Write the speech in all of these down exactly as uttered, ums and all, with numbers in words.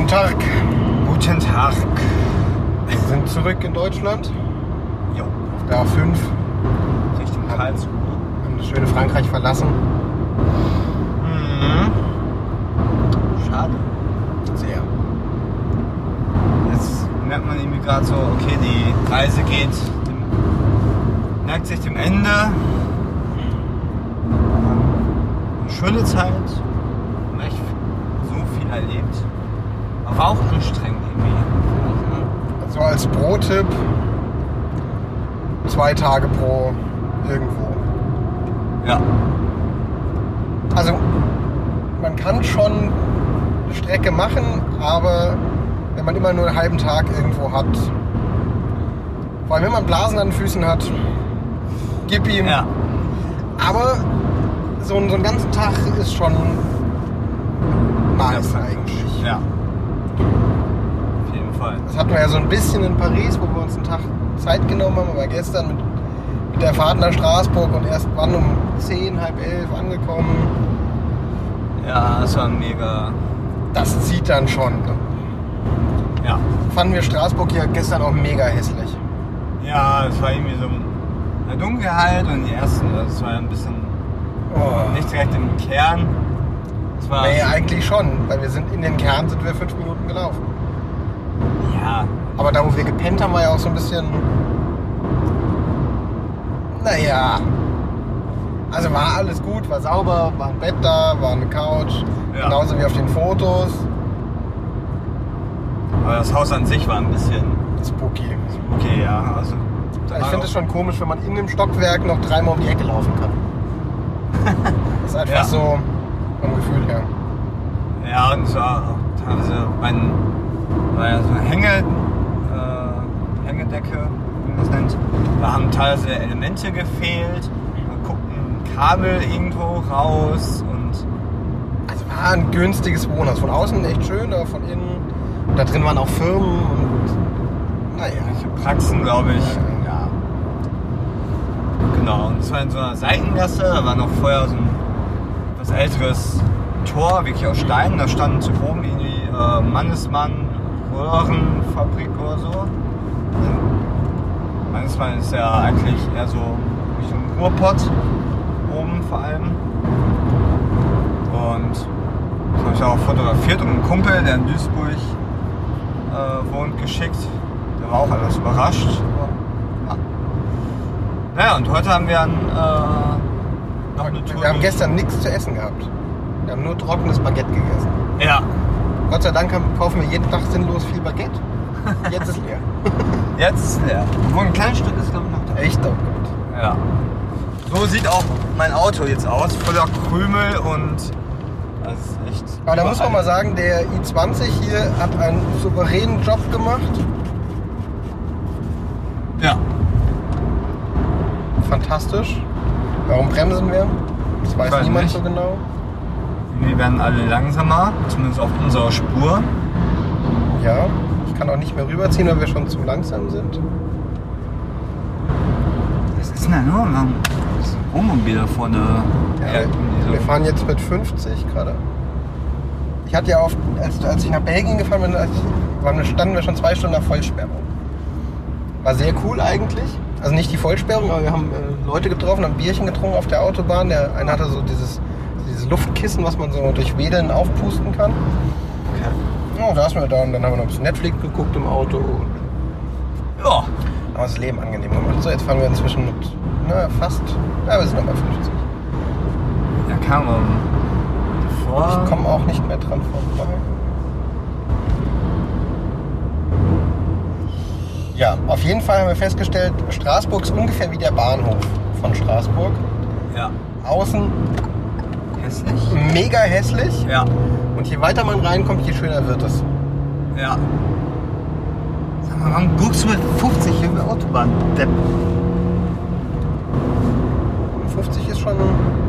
Tag. Guten Tag. Wir sind zurück in Deutschland. Jo. Auf der A fünf. Richtung Karlsruhe. Haben das schöne Frankreich verlassen. Mhm. Schade. Sehr. Jetzt merkt man irgendwie gerade so, okay, die Reise geht, dem, neigt sich dem Ende. Eine schöne Zeit. Wir haben echt so viel erlebt. Aber war auch anstrengend irgendwie. So als Pro-Tipp, zwei Tage pro irgendwo. Ja. Also man kann schon eine Strecke machen, aber wenn man immer nur einen halben Tag irgendwo hat, vor allem wenn man Blasen an den Füßen hat, gib ihm. Ja. Aber so, einen- so einen ganzen Tag ist schon nice Ja, eigentlich. Ja. Auf jeden Fall. Das hatten wir ja so ein bisschen in Paris, wo wir uns einen Tag Zeit genommen haben, aber gestern mit, mit der Fahrt nach Straßburg und erst wann um zehn, halb elf angekommen. Ja, das war mega. Das zieht dann schon. Ja. Fanden wir Straßburg ja gestern auch mega hässlich. Ja, es war irgendwie so eine Dunkelheit und die ersten, das war ja ein bisschen Oh. nicht direkt im Kern. Es war Nee, eigentlich schon, weil wir sind in den Kern sind wir fünf Minuten gelaufen. ja, Aber da, wo wir gepennt haben, war ja auch so ein bisschen. Naja. Also war alles gut, war sauber, war ein Bett da, war eine Couch. Ja. Genauso wie auf den Fotos. aber das Haus an sich war ein bisschen Spooky. okay, ja. Also Ich finde es schon komisch, wenn man in dem Stockwerk noch dreimal um die Ecke laufen kann. Das ist einfach Ja. so vom Gefühl her. Ja, und es war auch teilweise ein, war ja so eine Hänge, äh, Hängedecke, wie man das nennt. Da haben teilweise Elemente gefehlt. Man guckt ein Kabel irgendwo raus und Also war ein günstiges Wohnhaus. Von außen echt schön, aber von innen. Da drin waren auch Firmen und naja. Praxen, glaube ich. Ja. Genau, und es war in so einer Seitengasse, da war noch vorher so ein etwas älteres Tor, wirklich aus Stein. Da stand oben irgendwie äh, Mannesmann Röhrenfabrik oder so. Also, Mannesmann ist ja eigentlich eher so Richtung Ruhrpott, oben vor allem. Und das habe ich auch fotografiert und einen Kumpel, der in Duisburg äh, wohnt, geschickt. Der war auch alles überrascht. Ja. Naja, und heute haben wir dann äh, noch eine Tour. Wir haben gestern nichts zu essen gehabt. Wir haben nur trockenes Baguette gegessen. Ja, Gott sei Dank haben- kaufen wir jeden Tag sinnlos viel Baguette. Jetzt ist leer. jetzt ist leer. Obwohl ein kleines Stück ist, glaube ich, noch da. Echt oh Gott. Ja. So sieht auch mein Auto jetzt aus, voller Krümel und das ist echt. Aber da muss man überall. mal sagen, der i zwanzig hier hat einen souveränen Job gemacht. Ja. Fantastisch. Warum bremsen wir? Das weiß, Ich weiß niemand nicht. so genau. Wir werden alle langsamer, zumindest auf unserer Spur. Ja, ich kann auch nicht mehr rüberziehen, weil wir schon zu langsam sind. Was ist denn da nur? Das ist ein Wohnmobil da vorne. Ja, wir fahren jetzt mit fünfzig gerade. Ich hatte ja oft, als, als ich nach Belgien gefahren bin, als ich, waren, wir- standen wir schon zwei Stunden nach Vollsperrung. War sehr cool eigentlich. Also nicht die Vollsperrung, aber wir haben äh, Leute getroffen, haben Bierchen getrunken auf der Autobahn. Der eine hatte so dieses, dieses Luftkissen, was man so durch Wedeln aufpusten kann. Ja, da saßen wir da und dann haben wir noch ein bisschen Netflix geguckt im Auto. Und Ja. haben das Leben angenehm gemacht. So, jetzt fahren wir inzwischen mit na, fast, ja, wir sind noch bei fünfzig. Da kam man vor. Ich komme auch nicht mehr dran vorbei. Ja, auf jeden Fall haben wir festgestellt, Straßburg ist ungefähr wie der Bahnhof von Straßburg. Ja. Außen Hässlich. mega hässlich Ja. und je weiter man reinkommt, je schöner wird es. Ja. Sag mal, warum guckst du mit fünfzig hier über Autobahn? Depp. fünfzig ist schon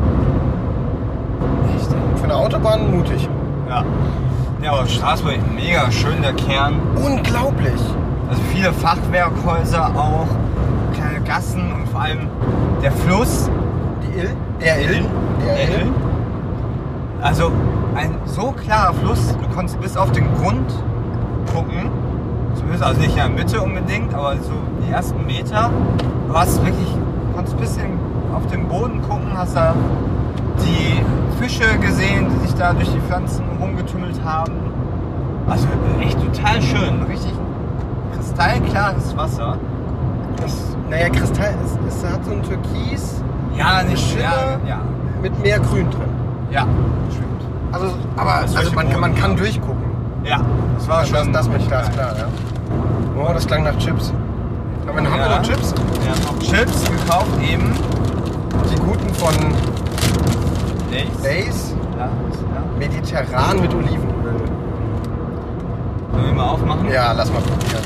Echt, ey. für eine Autobahn mutig. Ja. Ja, aber Straßburg, mega schön der Kern. Unglaublich. Also viele Fachwerkhäuser auch, kleine Gassen und vor allem der Fluss. Die Ill? Der Ill? Der Ill? Also ein so klarer Fluss, du konntest bis auf den Grund gucken. Zumindest also nicht in der Mitte unbedingt, aber so die ersten Meter. Du hast wirklich, konntest ein bisschen auf den Boden gucken, hast da die Fische gesehen, die sich da durch die Pflanzen rumgetümmelt haben. Also echt total schön, richtig kristallklares Wasser. Das, naja, Kristall, es, es hat so ein Türkis, Ja, nicht Schimmer ja, ja, mit mehr Grün drin. ja, stimmt. Also, aber Das also ist man, kann, man Boden, kann ja. durchgucken. Ja, das war Also das, schon. das mit Glas, geil. klar, ja. Oh, das klang nach Chips. Aber dann haben wir Ja. noch Chips. Wir haben noch Chips gekauft eben. Die guten von Lays. Lays. Ja, ja. Mediterran mit Olivenöl. Sollen wir mal aufmachen? Ja, lass mal probieren.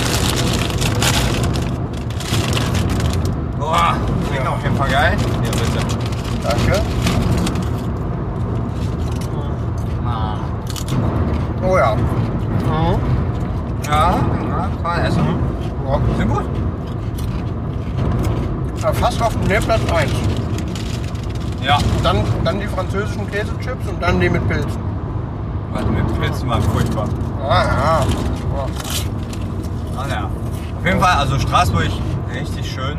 Boah, klingt Ja. auf jeden Fall geil. Ja, bitte. Danke. Ah. Oh ja. Mhm. Ja, ja, kann man essen. Ja. Sind gut. Aber fast auf nee, Platz eins. Ja. Dann, dann die französischen Käsechips und dann die mit Pilzen. Warte, mit Pilzen war furchtbar. Ah ja. Ja. Ah ja. Auf jeden Fall, also Straßburg, richtig schön.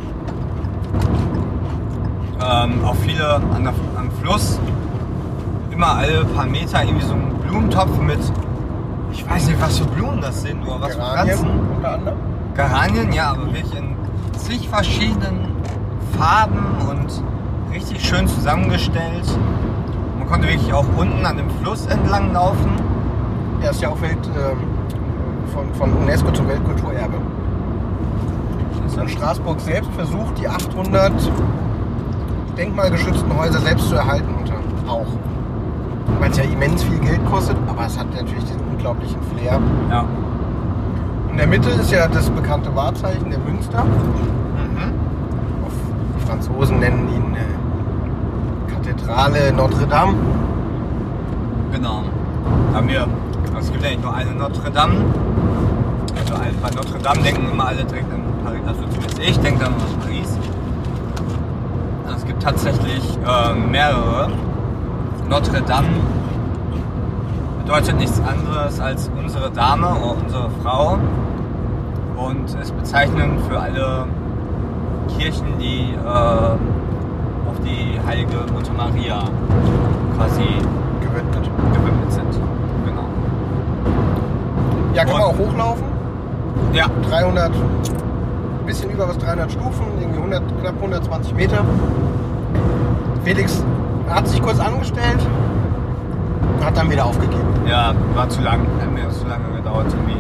Ähm, auch viele an der, am Fluss. Immer alle paar Meter irgendwie so ein Blumentopf mit, ich weiß nicht, was für Blumen das sind oder was für Geranien Pflanzen. unter anderem. Geranien, ja, aber wirklich in zig verschiedenen Farben und richtig schön zusammengestellt. Man konnte wirklich auch unten an dem Fluss entlang laufen. Er ist ja auch Welt, ähm, von, von UNESCO zum Weltkulturerbe. Und Straßburg selbst versucht, die achthundert denkmalgeschützten Häuser selbst zu erhalten. Unter, auch. Weil es ja immens viel Geld kostet, aber es hat natürlich diesen unglaublichen Flair. Ja. In der Mitte ist ja das bekannte Wahrzeichen der Münster. Mhm. Auf, die Franzosen nennen ihn äh, Kathedrale Notre Dame. Genau. Haben wir, also es gibt ja nicht nur eine Notre Dame. Also bei Notre Dame denken immer alle direkt an Paris, also zumindest ich denke dann an Paris. Es gibt tatsächlich äh, mehrere. Notre Dame bedeutet nichts anderes als unsere Dame oder unsere Frau und ist bezeichnend für alle Kirchen, die äh, auf die heilige Mutter Maria quasi Gewidmet. gewidmet sind. Genau. Ja, kann man Und- auch hochlaufen. Ja, dreihundert, bisschen über was dreihundert Stufen, irgendwie hundert, knapp hundertzwanzig Meter. Felix hat sich kurz angestellt, hat dann wieder aufgegeben. ja, war zu lang. Hat mir zu lange gedauert irgendwie.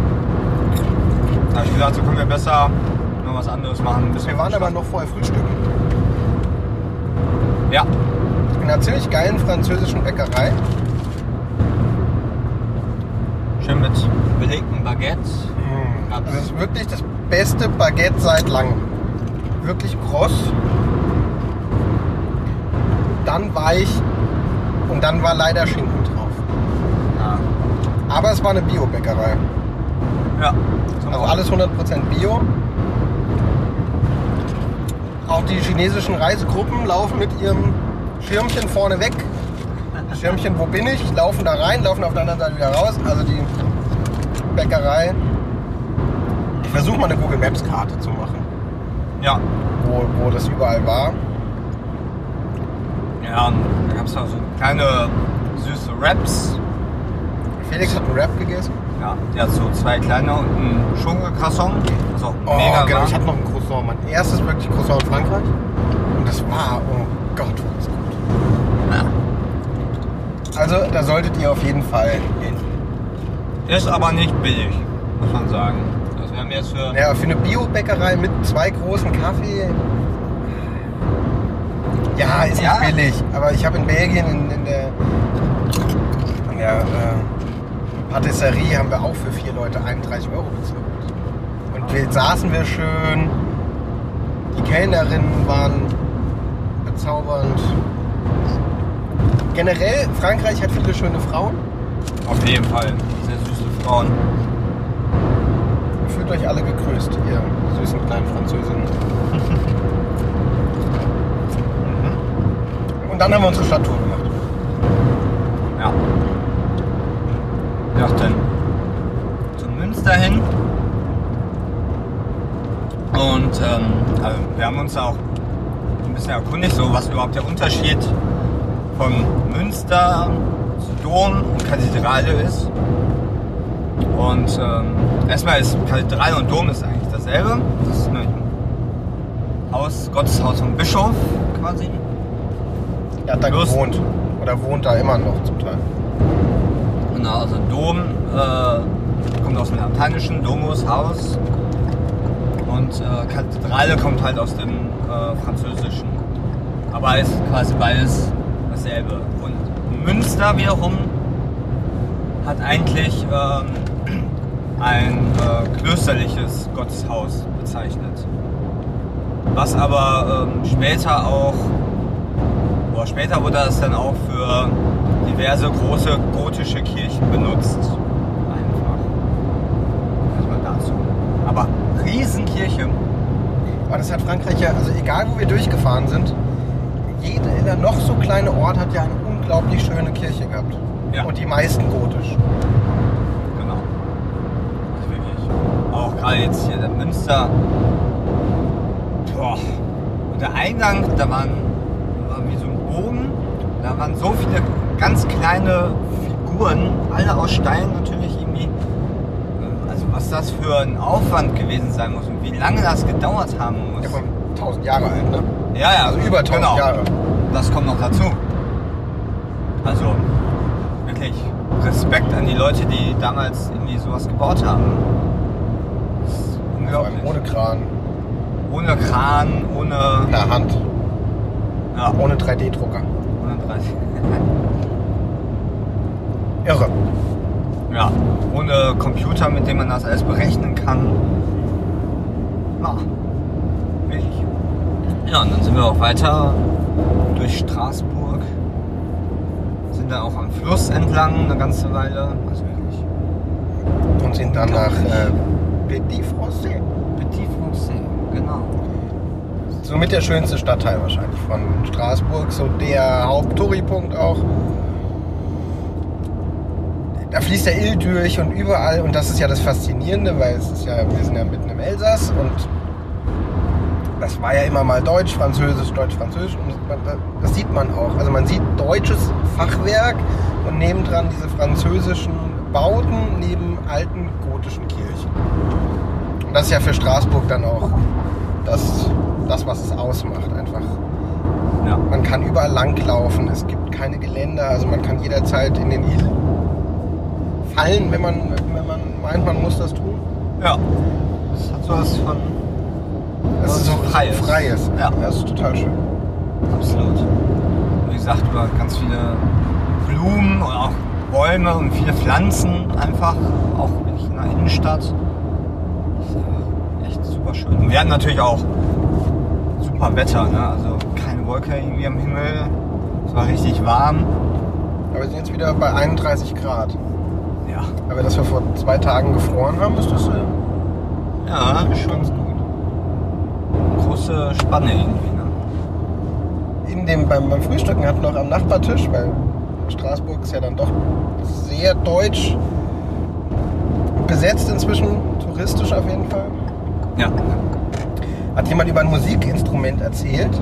Da habe ich gesagt, so können wir besser noch was anderes machen. Bis Wir waren aber noch vorher frühstücken. Ja, In einer ziemlich geilen französischen Bäckerei. schön mit belegtem Baguette. Das ist wirklich das beste Baguette seit langem. Wirklich kross, dann weich und dann war leider Schinken drauf. Ja. Aber es war eine Bio-Bäckerei. Ja. Also alles hundert Prozent Bio. Auch die chinesischen Reisegruppen laufen mit ihrem Schirmchen vorne weg. Schirmchen, wo bin ich? Laufen da rein, laufen auf der anderen Seite wieder raus. Also die Bäckerei. Ich versuche mal eine Google Maps Karte zu machen, Ja. wo, wo das überall war. Ja, und da gab es auch so kleine süße Wraps. Felix hat einen Wrap gegessen. Ja, der hat so zwei kleine und ein Schokocroissant. Also auch Oh, mega genau. warm. Ich hatte noch ein Croissant. Mein erstes wirklich Croissant in Frankreich. Und das war, oh Gott, war das gut. Ja. Also, da solltet ihr auf jeden Fall hin. Ist aber nicht billig, muss man sagen. Also wir haben jetzt für... Ja, für eine Bio-Bäckerei mit zwei großen Kaffee. Ja, ist Ja. nicht billig. Aber ich habe in Belgien in, in der, in der äh, Patisserie haben wir auch für vier Leute einunddreißig Euro bezahlt. Und wir saßen wir schön. Die Kellnerinnen waren bezaubernd. Generell, Frankreich hat viele schöne Frauen. Auf jeden Fall. Sehr süße Frauen. Fühlt euch alle gegrüßt, ihr süßen kleinen Französinnen. Und dann haben wir unsere Stadttour gemacht. Ja. Ja, denn. hin. Und ähm, also wir haben uns auch ein bisschen erkundigt, so was überhaupt der Unterschied von Münster zu Dom und Kathedrale ist. Und ähm, erstmal ist Kathedrale und Dom ist eigentlich dasselbe. Das ist ein Haus, Gotteshaus vom Bischof quasi. Er hat da Plus, gewohnt. Oder wohnt da immer noch zum Teil. Genau, also Dom äh, kommt aus dem Lateinischen, Domus, Haus. Und äh, Kathedrale kommt halt aus dem äh, Französischen. Aber ist quasi beides dasselbe. Und Münster wiederum hat eigentlich ähm, ein äh, klösterliches Gotteshaus bezeichnet. Was aber ähm, später auch, boah, später wurde das dann auch für diverse große gotische Kirchen benutzt. Einfach. Erstmal dazu. Aber Riesenkirche. Aber das hat Frankreich ja, also egal wo wir durchgefahren sind, jeder noch so kleine Ort hat ja eine unglaublich schöne Kirche gehabt. Ja. Und die meisten gotisch. Genau. Also wirklich. Auch gerade jetzt hier der Münster. Boah. Und der Eingang, da waren, war wie so ein Bogen. Da waren so viele ganz kleine Figuren, alle aus Stein natürlich irgendwie. Also was das für ein Aufwand gewesen sein muss und wie lange das gedauert haben muss. Der war tausend Jahre alt, ne? Ja, ja. Also über tausend genau. Jahre. Das kommt noch dazu. Also wirklich Respekt an die Leute, die damals irgendwie sowas gebaut haben. Das ist Vor unglaublich. allem ohne Kran, Ohne Kran, ohne. per Hand, Ja, ohne drei D Drucker. ohne dreißig. Irre. Ja, ohne Computer, mit dem man das alles berechnen kann. Ja, wirklich. Ja, und dann sind wir auch weiter durch Straßburg. Sind dann auch am Fluss entlang eine ganze Weile. Also wirklich. Und sind dann nach äh, Petit Français. Petit Français, genau. Somit der schönste Stadtteil wahrscheinlich von Straßburg, so der Haupttouri-Punkt auch. Da fließt der Ill durch und überall, und das ist ja das Faszinierende, weil es ist ja, wir sind ja mitten im Elsass und das war ja immer mal Deutsch, Französisch, Deutsch, Französisch und man, das sieht man auch. Also man sieht deutsches Fachwerk und nebendran diese französischen Bauten neben alten gotischen Kirchen. Und das ist ja für Straßburg dann auch das, das was es ausmacht einfach. Ja. Man kann überall langlaufen, es gibt keine Geländer, also man kann jederzeit in den Ill fallen, wenn man, wenn man meint, man muss das tun. Ja. Das hat sowas von. Das ist so Freies. Freies. Ja. Das ist total schön. Absolut. Wie gesagt, über ganz viele Blumen und auch Bäume und viele Pflanzen einfach, auch wirklich in der Innenstadt. Das ist einfach echt super schön. Und wir hatten natürlich auch super Wetter, ne? Also keine Wolke irgendwie am Himmel. Es war richtig warm. Aber wir sind jetzt wieder bei einunddreißig Grad. Ja. Aber dass wir vor zwei Tagen gefroren haben, ist das äh, Ja, schon ganz gut. große Spanne irgendwie, ne? In dem, beim, beim Frühstücken hatten noch am Nachbartisch, weil Straßburg ist ja dann doch sehr deutsch besetzt inzwischen, touristisch auf jeden Fall. Ja. Hat jemand über ein Musikinstrument erzählt.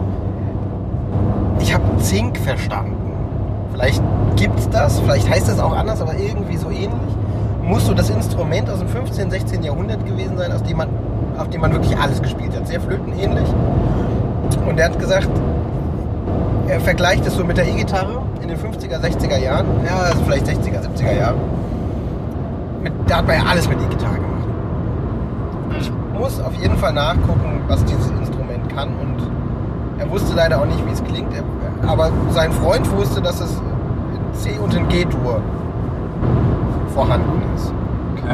Ich habe Zink verstanden. Vielleicht gibt's das, vielleicht heißt es auch anders, aber irgendwie so ähnlich. Muss so das Instrument aus dem fünfzehnten, sechzehnten Jahrhundert gewesen sein, aus dem man, auf dem man wirklich alles gespielt hat. Sehr flötenähnlich. Und er hat gesagt, er vergleicht es so mit der E-Gitarre in den fünfziger, sechziger Jahren. Ja, also vielleicht sechziger, siebziger Jahren. Mit, da hat man ja alles mit E-Gitarre gemacht. Ich muss auf jeden Fall nachgucken, was dieses Instrument kann. Und er wusste leider auch nicht, wie es klingt. Er, aber sein Freund wusste, dass es in C- und in G-Dur vorhanden ist. Okay.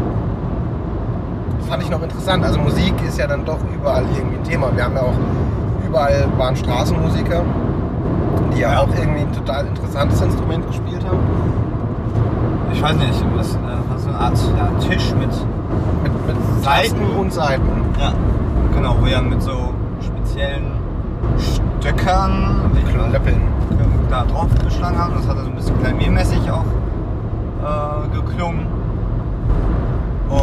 Das fand ich noch interessant. Also Musik ist ja dann doch überall irgendwie ein Thema. Wir haben ja auch überall waren Straßenmusiker, die ja, Ja. auch irgendwie ein total interessantes Instrument gespielt haben. Ich weiß nicht, was, äh, was so eine Art ja, Tisch mit. Mit, mit Saiten. Tasten und Saiten. Ja, genau, wo ja mit so speziellen Stöckern, die Klöppeln. da drauf geschlagen haben. Das hat so ein bisschen klaviermäßig auch äh, geklungen. Und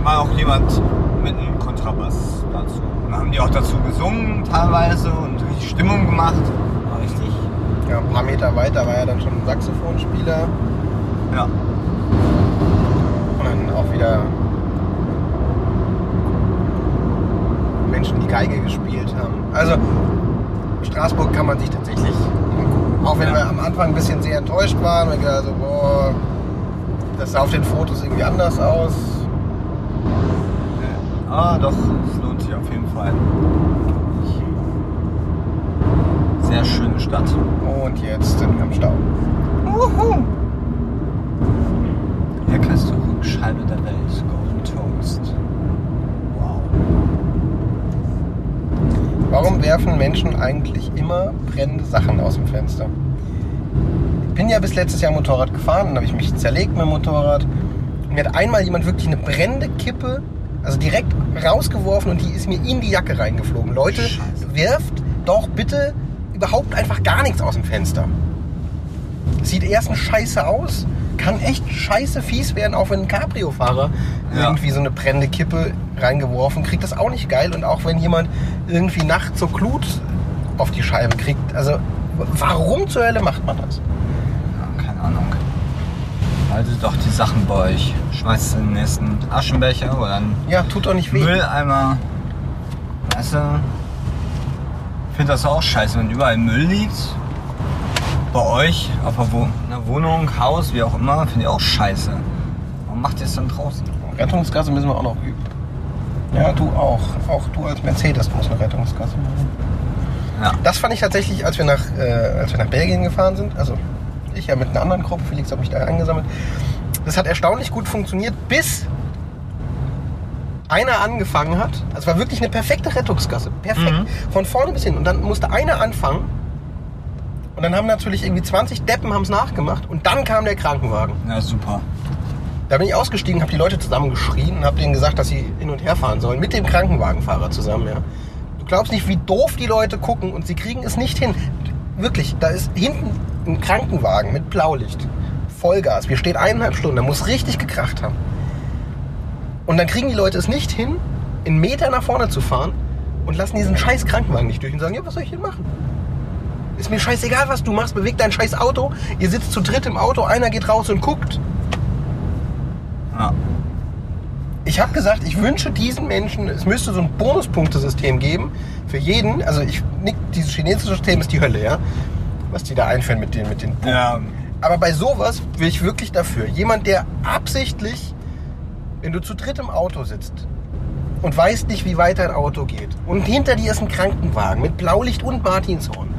war auch jemand mit einem Kontrabass dazu. Und dann haben die auch dazu gesungen teilweise und richtig Stimmung gemacht. War richtig. Ja, ein paar Meter weiter war ja dann schon ein Saxophonspieler. Ja. Und dann auch wieder Menschen, die Geige gespielt haben. Also Straßburg kann man sich tatsächlich angucken. Auch wenn ja. wir am Anfang ein bisschen sehr enttäuscht waren. Wir gedacht so, boah, das sah auf den Fotos irgendwie anders aus. Ah, doch, es lohnt sich auf jeden Fall. Sehr schöne Stadt. Und jetzt sind wir am Stau. Wuhu! Leckerste Rückscheibe der Welt, Golden Toast. Wow. Warum werfen Menschen eigentlich immer brennende Sachen aus dem Fenster? Ich bin ja bis letztes Jahr Motorrad gefahren, dann habe ich mich zerlegt mit dem Motorrad. Und mir hat einmal jemand wirklich eine brennende Kippe, also direkt rausgeworfen und die ist mir in die Jacke reingeflogen. Leute, Scheiße. Werft doch bitte überhaupt einfach gar nichts aus dem Fenster. Sieht erstens scheiße aus, kann echt scheiße fies werden, auch wenn ein Cabrio-Fahrer ja. irgendwie so eine brennende Kippe reingeworfen kriegt, das auch nicht geil. Und auch wenn jemand irgendwie nachts so Glut auf die Scheibe kriegt. Also warum zur Hölle macht man das? Ja, keine Ahnung. Haltet doch die Sachen bei euch. Schmeißt in den nächsten Aschenbecher oder einen ja, tut doch nicht weh. Mülleimer. Weißt du, ich finde das auch scheiße, wenn überall Müll liegt. Bei euch, auf einer Wohnung, Haus, wie auch immer, finde ich auch scheiße. Warum macht ihr es dann draußen? Rettungsgasse müssen wir auch noch üben. Ja, du auch. Auch du als Mercedes musst eine Rettungsgasse machen. Ja. Das fand ich tatsächlich, als wir nach, äh, als wir nach Belgien gefahren sind, also ich ja mit einer anderen Gruppe, Felix hat mich da angesammelt. Das hat erstaunlich gut funktioniert, bis einer angefangen hat. Also es war wirklich eine perfekte Rettungsgasse. Perfekt. Mhm. Von vorne bis hin. Und dann musste einer anfangen. Und dann haben natürlich irgendwie zwanzig Deppen haben es nachgemacht. Und dann kam der Krankenwagen. Ja, super. Da bin ich ausgestiegen, habe die Leute zusammen geschrien und habe denen gesagt, dass sie hin und her fahren sollen. Mit dem Krankenwagenfahrer zusammen, ja. Du glaubst nicht, wie doof die Leute gucken und sie kriegen es nicht hin. Wirklich, da ist hinten ein Krankenwagen mit Blaulicht. Vollgas. Wir stehen eineinhalb Stunden, da muss richtig gekracht haben. Und dann kriegen die Leute es nicht hin, einen Meter nach vorne zu fahren und lassen diesen scheiß Krankenwagen nicht durch und sagen, ja, was soll ich denn machen? Ist mir scheißegal, was du machst, beweg dein scheiß Auto. Ihr sitzt zu dritt im Auto, einer geht raus und guckt. Ja. Ich habe gesagt, ich wünsche diesen Menschen, es müsste so ein Bonuspunktesystem geben für jeden. Also ich, nicht, dieses chinesische System ist die Hölle, ja, was die da einführen mit den, mit den Punkten. Ja. Aber bei sowas bin ich wirklich dafür. Jemand, der absichtlich, wenn du zu dritt im Auto sitzt und weißt nicht, wie weit dein Auto geht und hinter dir ist ein Krankenwagen mit Blaulicht und Martinshorn,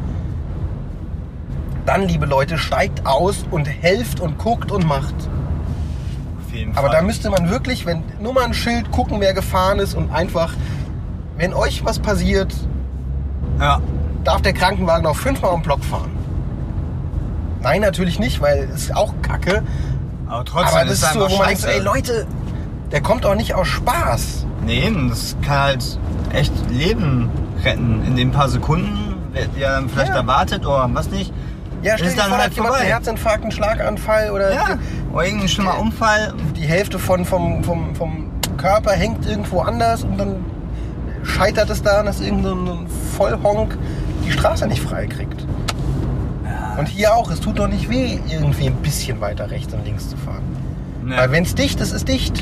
dann, liebe Leute, steigt aus und helft und guckt und macht. Auf jeden Aber Fall. da müsste man wirklich, wenn nur mal ein Schild gucken, wer gefahren ist und einfach, wenn euch was passiert, ja. darf der Krankenwagen auch fünfmal am Block fahren. Nein, natürlich nicht, weil es ist auch Kacke. Aber trotzdem Aber das ist so, wo man denkt, ey Leute, der kommt auch nicht aus Spaß. Nee, das kann halt echt Leben retten. In den paar Sekunden, der dann vielleicht Ja. erwartet oder was nicht. Ja, stell ist dir dann vor, halt hat jemand einen vorbei. Herzinfarkt, einen Schlaganfall oder Ja, oder irgendein schlimmer Unfall. die Hälfte von, vom, vom, vom Körper hängt irgendwo anders und dann scheitert es daran, dass irgendein so ein Vollhonk die Straße nicht frei kriegt. Ja. Und hier auch, es tut doch nicht weh, irgendwie ein bisschen weiter rechts und links zu fahren. Nee. Weil wenn es dicht ist, ist dicht.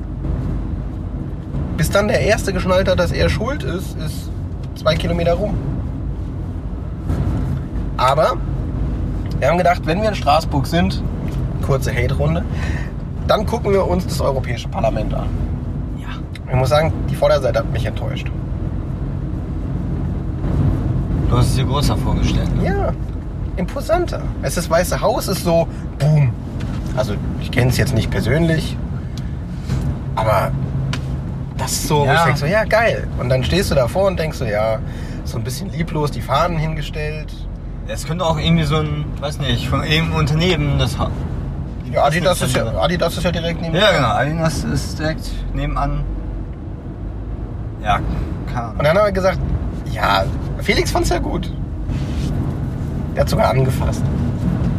Bis dann der Erste geschnallt hat, dass er schuld ist, ist zwei Kilometer rum. Aber wir haben gedacht, wenn wir in Straßburg sind, kurze Hate-Runde, dann gucken wir uns das Europäische Parlament an. Ja. Ich muss sagen, die Vorderseite hat mich enttäuscht. Du hast es dir größer vorgestellt. Ne? Ja, imposanter. Es ist das Weiße Haus, ist so, boom. Also ich kenne es jetzt nicht persönlich, aber das ist so, Ja. wo ich denke so, ja geil. Und dann stehst du davor und denkst so, ja, so ein bisschen lieblos, die Fahnen hingestellt. Es könnte auch irgendwie so ein, weiß nicht, von irgendeinem Unternehmen das ha- Ja, Adidas ist ja, Adidas ist ja direkt neben. Ja, genau. Adidas ist direkt nebenan. Ja, keine Ahnung. Und dann haben wir gesagt, ja, Felix fand es ja gut. Er hat sogar angefasst.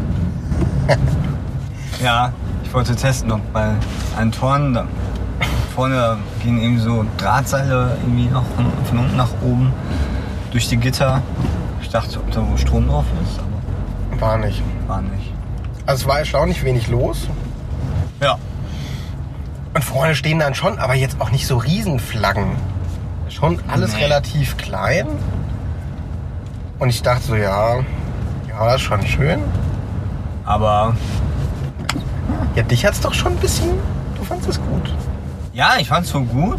Ja, ich wollte testen, ob bei einem Toren da vorne gehen irgendwie so Drahtseile irgendwie noch von, von unten nach oben durch die Gitter. Ich dachte, ob da wo Strom drauf ist, aber War nicht. war nicht. Also es war erstaunlich wenig los. Ja. Und vorne stehen dann schon, aber jetzt auch nicht so Riesenflaggen. Schon alles Nee. relativ klein. Und ich dachte so, ja, ja, ist schon schön. Aber Ja, dich hat's doch schon ein bisschen, du fandst es gut. ja, ich fand's so gut.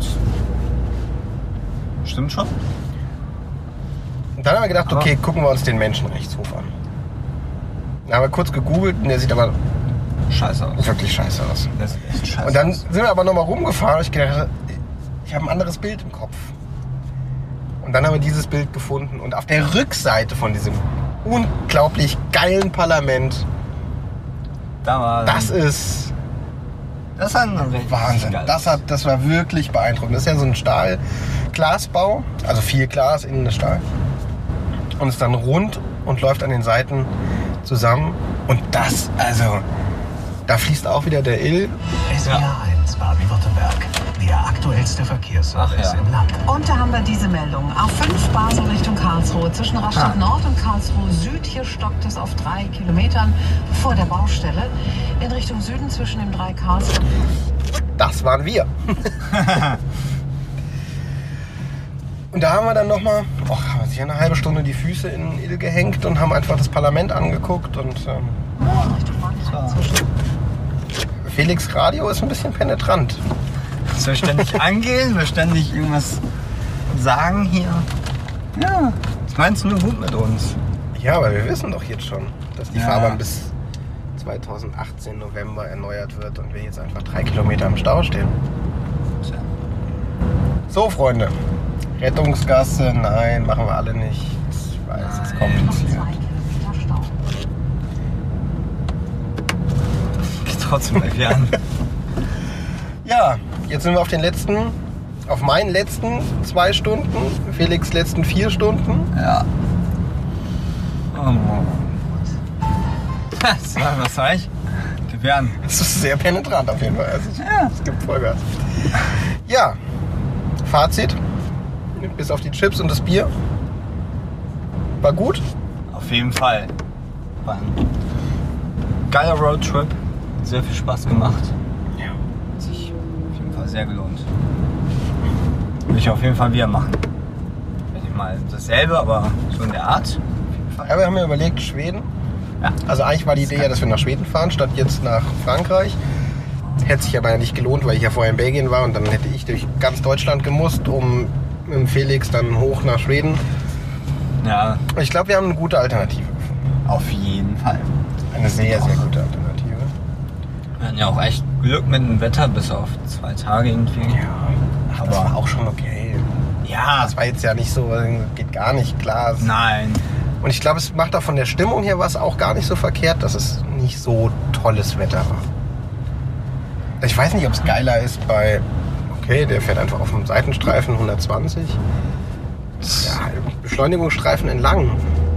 Stimmt schon. Und dann haben wir gedacht, Aber- okay, gucken wir uns den Menschenrechtshof an. Dann haben wir kurz gegoogelt und der sieht aber Scheiße aus. wirklich scheiße aus. Das sieht echt scheiße Und dann aus. sind wir aber nochmal rumgefahren und ich gedacht, ich habe ein anderes Bild im Kopf. Und dann haben wir dieses Bild gefunden und auf der Rückseite von diesem unglaublich geilen Parlament, Da war das ist das ist ein richtig Wahnsinn. geiles- Das, hat, das war wirklich beeindruckend. Das ist ja so ein Stahl-Glasbau, also viel Glas, innen ist Stahl. Und ist dann rund und läuft an den Seiten zusammen. Und das, also, da fließt auch wieder der Ill. S W R eins Baden-Württemberg, der aktuellste Verkehrsservice Ach ja. im Land. Und da haben wir diese Meldung. A fünf Basel Richtung Karlsruhe. Zwischen Rastatt Ah. Nord und Karlsruhe Süd. Hier stockt es auf drei Kilometern vor der Baustelle. In Richtung Süden zwischen dem drei Karlsruhe. Das waren wir. Und da haben wir dann nochmal, oh, haben wir sich eine halbe Stunde die Füße in Ill gehängt und haben einfach das Parlament angeguckt. Und ähm, Richtung Mannheim zwischen. Felix Radio ist ein bisschen penetrant. Dass wir ständig angehen, wir ständig irgendwas sagen hier. Ja, das meinst du nur gut mit uns. Ja, aber wir wissen doch jetzt schon, dass die Ja. Fahrbahn bis zweitausendachtzehn November erneuert wird und wir jetzt einfach drei Kilometer im Stau stehen. Tja. So, Freunde. Rettungsgasse, nein, machen wir alle nicht. Ich weiß, es Nein. kommt. Noch zwei Kilometer Stau. Geht trotzdem gleich wieder an. Ja, jetzt sind wir auf den letzten, auf meinen letzten zwei Stunden, Felix letzten vier Stunden. Ja. Oh. Was, was sag ich? Gib her an. Das ist sehr penetrant auf jeden Fall. Also es, Ja. es gibt Vollgas. Ja, Fazit. Bis auf die Chips und das Bier. War gut. Auf jeden Fall. War ein geiler Roadtrip. Hat sehr viel Spaß gemacht. Ja. Hat sich auf jeden Fall sehr gelohnt. Will ich auf jeden Fall wieder machen. Nicht mal dasselbe, aber so in der Art. Auf jeden Fall. Ja, wir haben ja überlegt, Schweden. Ja. Also eigentlich war die Idee ja, dass wir nach Schweden fahren, statt jetzt nach Frankreich. Hätte sich aber ja nicht gelohnt, weil ich ja vorher in Belgien war und dann hätte ich durch ganz Deutschland gemusst, um mit dem Felix dann hoch nach Schweden. Ja, Und ich glaube, wir haben eine gute Alternative gefunden. auf jeden Fall. Eine sehr, sehr gute Alternative. Wir hatten ja auch echt Glück mit dem Wetter, bis auf zwei Tage irgendwie. Ach, das Aber- war auch schon okay. Ja, Das war jetzt ja nicht so, geht gar nicht klar. nein. Und ich glaube, es macht auch von der Stimmung her was auch gar nicht so verkehrt, dass es nicht so tolles Wetter war. Ich weiß nicht, ob es geiler ist bei, okay, der fährt einfach auf dem Seitenstreifen hundertzwanzig. Ja, Beschleunigungsstreifen entlang.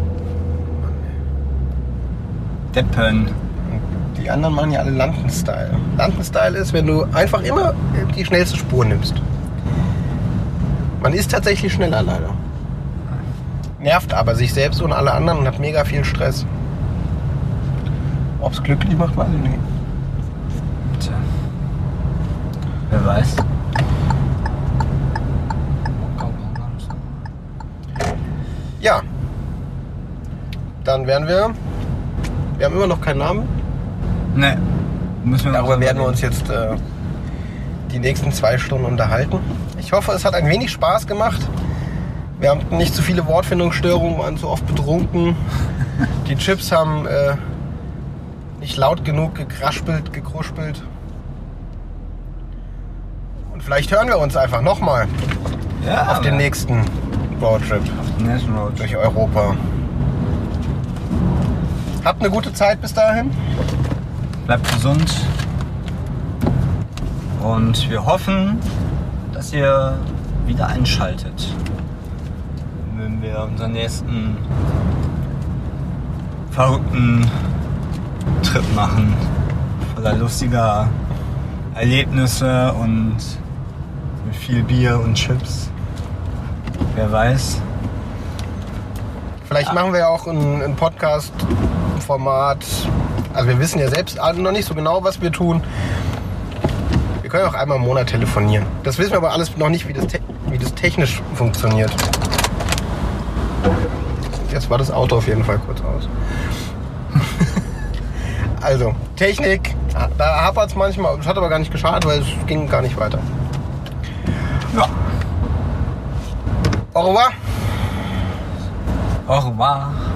Deppen. Und die anderen machen ja alle Landen-Style. Landen-Style ist, wenn du einfach immer die schnellste Spur nimmst. Man ist tatsächlich schneller leider. Nervt aber sich selbst und alle anderen und hat mega viel Stress. Ob es glücklich macht, weiß ich nicht. Tja. Wer weiß. Ja. Dann werden wir. Wir haben immer noch keinen Namen. Ne. Müssen wir Darüber noch werden wir uns überlegen. jetzt äh, die nächsten zwei Stunden unterhalten. Ich hoffe, es hat ein wenig Spaß gemacht. Wir haben nicht zu viele Wortfindungsstörungen, waren zu oft betrunken. Die Chips haben äh, nicht laut genug gekraspelt, gekruspelt. Und vielleicht hören wir uns einfach nochmal Ja, auf den nächsten Roadtrip nächsten Road. durch Europa. Habt eine gute Zeit bis dahin. Bleibt gesund. Und wir hoffen, dass ihr wieder einschaltet, wenn wir unseren nächsten verrückten Trip machen. Voller lustiger Erlebnisse und Mit viel Bier und Chips. Wer weiß. Vielleicht ja. machen wir ja auch ein, ein Podcast-Format. Also wir wissen ja selbst noch nicht so genau, was wir tun. Wir können auch einmal im Monat telefonieren. Das wissen wir aber alles noch nicht, wie das, te- wie das technisch funktioniert. Jetzt war das Auto auf jeden Fall kurz aus. Also, Technik, da hapert es manchmal. Es hat aber gar nicht geschadet, weil es ging gar nicht weiter. Ja. Au revoir. Au revoir.